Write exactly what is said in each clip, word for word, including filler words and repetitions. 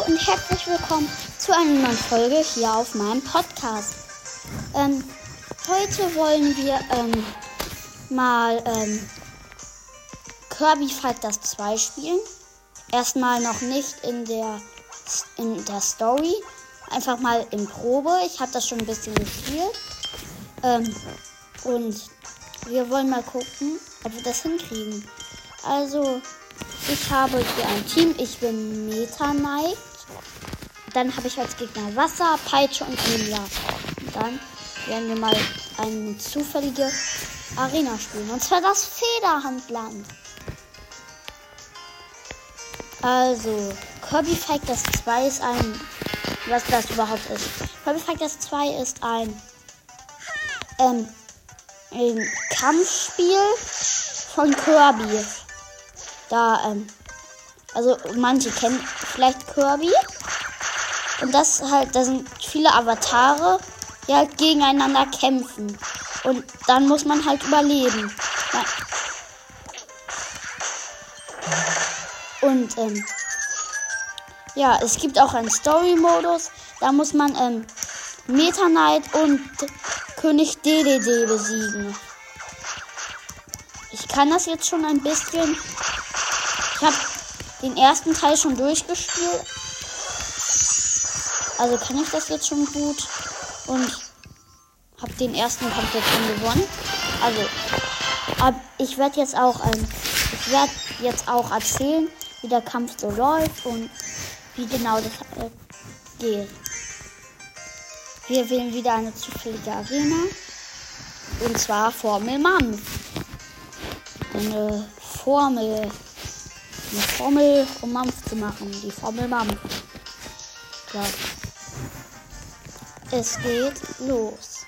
Hallo und herzlich willkommen zu einer neuen Folge hier auf meinem Podcast. Ähm, heute wollen wir ähm, mal ähm, Kirby Fighters zwei spielen. Erstmal noch nicht in der, in der Story, einfach mal in Probe. Ich habe das schon ein bisschen gespielt. Ähm, und wir wollen mal gucken, ob wir das hinkriegen. Also, ich habe hier ein Team. Ich bin Meta Knight. Dann habe ich als Gegner Wasser, Peitsche und Ninja. Und dann werden wir mal eine zufällige Arena spielen. Und zwar das Federhandland. Also, Kirby Fighters zwei ist ein... Was das überhaupt ist. Kirby Fighters zwei ist ein... Ähm, ein Kampfspiel von Kirby. Da, ähm... Also, manche kennen vielleicht Kirby. Und das halt, da sind viele Avatare, die halt gegeneinander kämpfen. Und dann muss man halt überleben. Und, ähm, ja, es gibt auch einen Story-Modus. Da muss man, ähm, Meta Knight und König D D D besiegen. Ich kann das jetzt schon ein bisschen. Ich habe den ersten Teil schon durchgespielt. Also kann ich das jetzt schon gut. Und habe den ersten Kampf jetzt schon gewonnen. Also, ab, ich werde jetzt auch, ähm, ich werde jetzt auch erzählen, wie der Kampf so läuft und wie genau das äh, geht. Wir wählen wieder eine zufällige Arena. Und zwar Formel Mampf. Eine Formel. Eine Formel, um Mampf zu machen. Die Formel Mampf. Ja. Es geht los.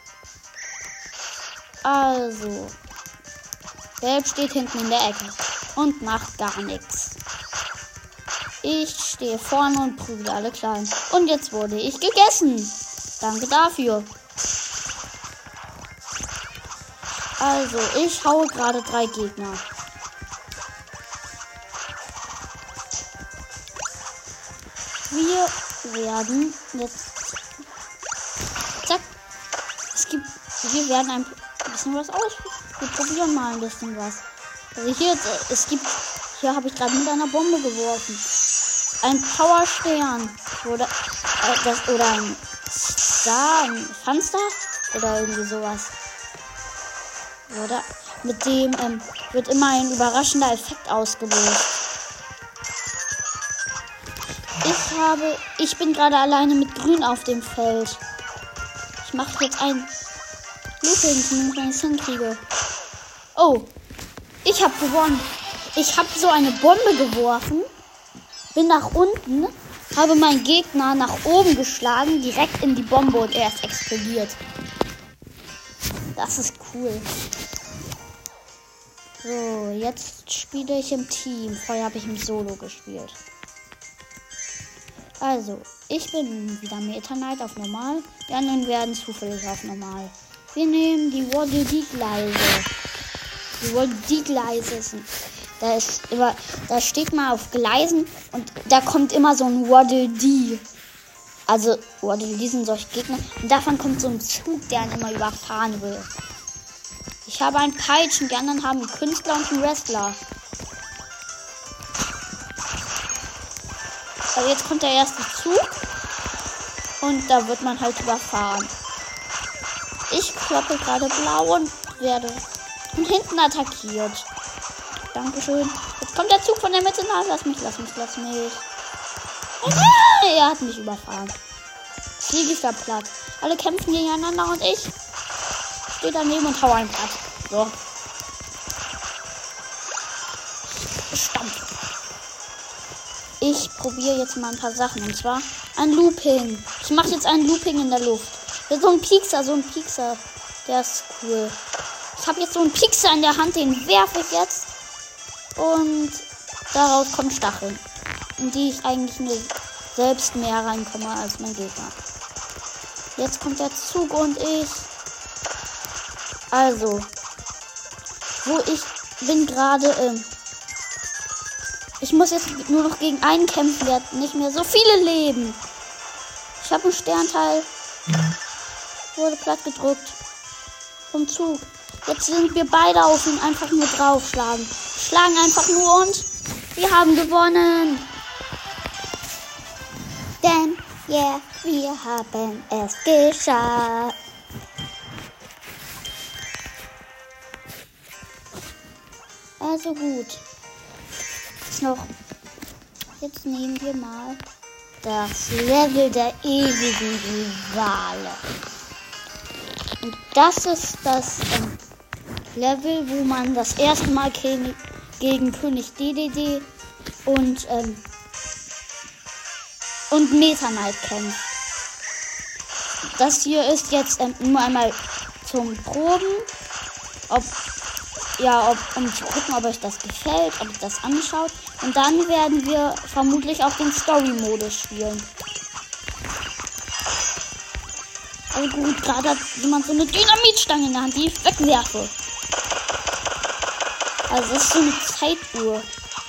Also. Gelb steht hinten in der Ecke. Und macht gar nichts. Ich stehe vorne und prügel alle klein. Und jetzt wurde ich gegessen. Danke dafür. Also, ich haue gerade drei Gegner. Wir werden jetzt... Zack. Es gibt... Wir werden ein bisschen was aus. Wir probieren mal ein bisschen was. Also hier, es gibt... Hier habe ich gerade mit einer Bombe geworfen. Ein Powerstern. Oder, äh, das, oder ein Star, ein Funster. Oder irgendwie sowas. Oder? Mit dem ähm, wird immer ein überraschender Effekt ausgelöst. Ich habe... Ich bin gerade alleine mit Grün auf dem Feld. Ich mache jetzt ein Looping, wenn ich es hinkriege. Oh. Ich habe gewonnen. Ich habe so eine Bombe geworfen. Bin nach unten. Habe meinen Gegner nach oben geschlagen. Direkt in die Bombe und er ist explodiert. Das ist cool. So, jetzt spiele ich im Team. Vorher habe ich im Solo gespielt. Also, ich bin wieder Meta Knight auf normal. Die anderen werden zufällig auf normal. Wir nehmen die Waddle Dee Gleise. Die Waddle Dee Gleise sind. Da ist immer, da steht mal auf Gleisen und da kommt immer so ein Waddle Dee. Also, Waddle Dee sind solche Gegner. Und davon kommt so ein Zug, der einen immer überfahren will. Ich habe einen Peitschen, die anderen haben einen Künstler und einen Wrestler. Also jetzt kommt der erste Zug. Und da wird man halt überfahren. Ich kloppe gerade blau und werde von hinten attackiert. Dankeschön. Jetzt kommt der Zug von der Mitte. Na, lass mich, lass mich, lass mich. Er hat mich überfahren. Fliege ich da platt. Alle kämpfen gegeneinander und ich stehe daneben und hau einen platt. So. Stampf. Ich probiere jetzt mal ein paar Sachen. Und zwar ein Looping. Ich mache jetzt ein Looping in der Luft. Das ist so ein Piekser, so ein Piekser. Der ist cool. Ich habe jetzt so einen Piekser in der Hand. Den werfe ich jetzt. Und daraus kommen Stacheln. In die ich eigentlich nur selbst mehr reinkomme als mein Gegner. Jetzt kommt der Zug und ich... Also... Wo ich bin gerade... Ähm, Ich muss jetzt nur noch gegen einen kämpfen, der hat nicht mehr so viele Leben. Ich habe einen Sternteil. Wurde platt gedrückt. Vom Zug. Jetzt sind wir beide auf ihn, einfach nur draufschlagen. Schlagen einfach nur und wir haben gewonnen. Denn, yeah, wir haben es geschafft. Also gut. Jetzt noch. Jetzt nehmen wir mal das Level der ewigen Rivale. Und das ist das ähm, Level, wo man das erste Mal gegen, gegen König D D D und ähm, und Meta Knight kämpft. Das hier ist jetzt ähm, nur einmal zum Proben, ob ja, ob, um zu gucken, ob euch das gefällt, ob ihr das anschaut. Und dann werden wir vermutlich auch den Story-Modus spielen. Aber gut, gerade hat jemand so eine Dynamitstange in der Hand, die ich wegwerfe. Also das ist so eine Zeituhr.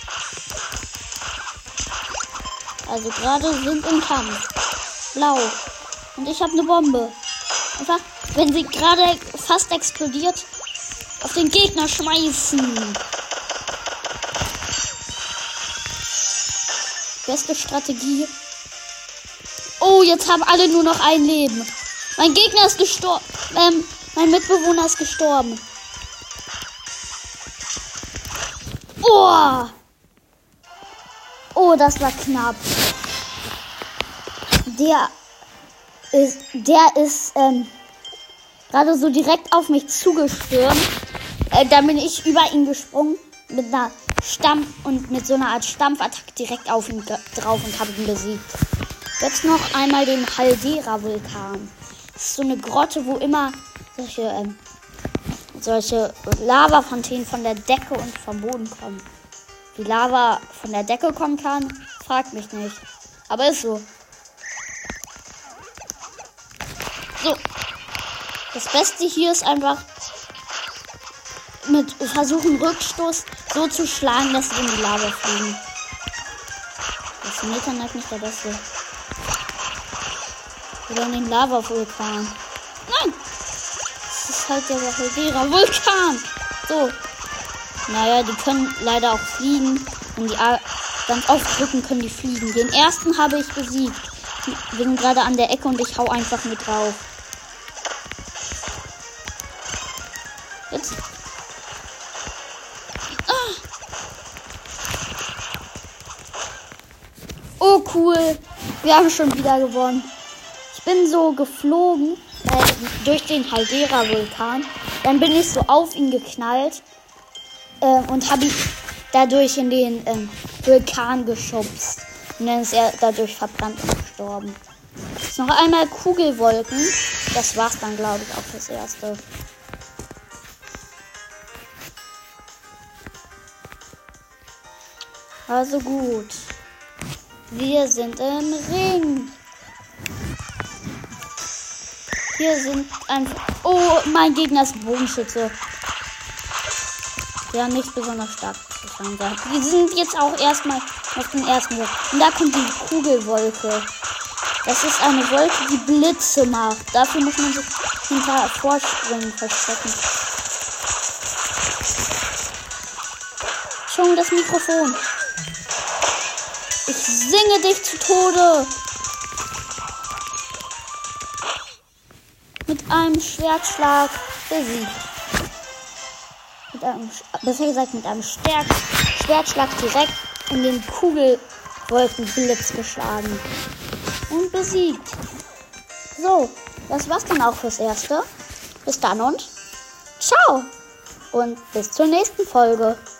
Also gerade sind im Kampf. Blau. Und ich habe eine Bombe. Einfach, wenn sie gerade fast explodiert, auf den Gegner schmeißen. Beste Strategie. Oh, jetzt haben alle nur noch ein Leben. Mein Gegner ist gestorben. Ähm, mein Mitbewohner ist gestorben. Boah. Oh, das war knapp. Der ist, der ist ähm, gerade so direkt auf mich zugestürmt. Äh, da bin ich über ihn gesprungen mit einer Stampf und mit so einer Art Stampfattacke direkt auf ihn drauf und habe ihn besiegt. Jetzt noch einmal den Caldera-Vulkan. Das ist so eine Grotte, wo immer solche, ähm, solche Lavafontänen von der Decke und vom Boden kommen. Wie Lava von der Decke kommen kann, fragt mich nicht. Aber ist so. So. Das Beste hier ist einfach mit versuchen Rückstoß so zu schlagen, dass sie in die Lava fliegen. Das ist Meta Knight nicht der Beste. Oder in den Lava-Vulkan. Nein! Das ist halt der Caldera-Vulkan. So. Naja, die können leider auch fliegen. Wenn die ganz oft drücken, können die fliegen. Den ersten habe ich besiegt. Ich bin gerade an der Ecke und ich hau einfach mit drauf. Jetzt. Ah. Oh, cool. Wir haben schon wieder gewonnen. Ich bin so geflogen äh, durch den Caldera-Vulkan. Dann bin ich so auf ihn geknallt äh, und habe ihn dadurch in den äh, Vulkan geschubst. Und dann ist er dadurch verbrannt und gestorben. Jetzt noch einmal Kugelwolken. Das war's dann, glaube ich, auch fürs Erste. Also gut. Wir sind im Ring. Hier sind einfach... Oh, mein Gegner ist Bogenschütze. Der nicht besonders stark zu sein sein. Wir sind jetzt auch erstmal auf den ersten Wolke. Und da kommt die Kugelwolke. Das ist eine Wolke, die Blitze macht. Dafür muss man sich hinter Vorspringen verstecken. Schon das Mikrofon. Ich singe dich zu Tode. Mit einem Schwertschlag besiegt. Mit einem, besser gesagt mit einem Stärk Schwertschlag direkt in den Kugelwolkenblitz geschlagen. Und besiegt. So, das war's dann auch fürs Erste. Bis dann und ciao. Und bis zur nächsten Folge.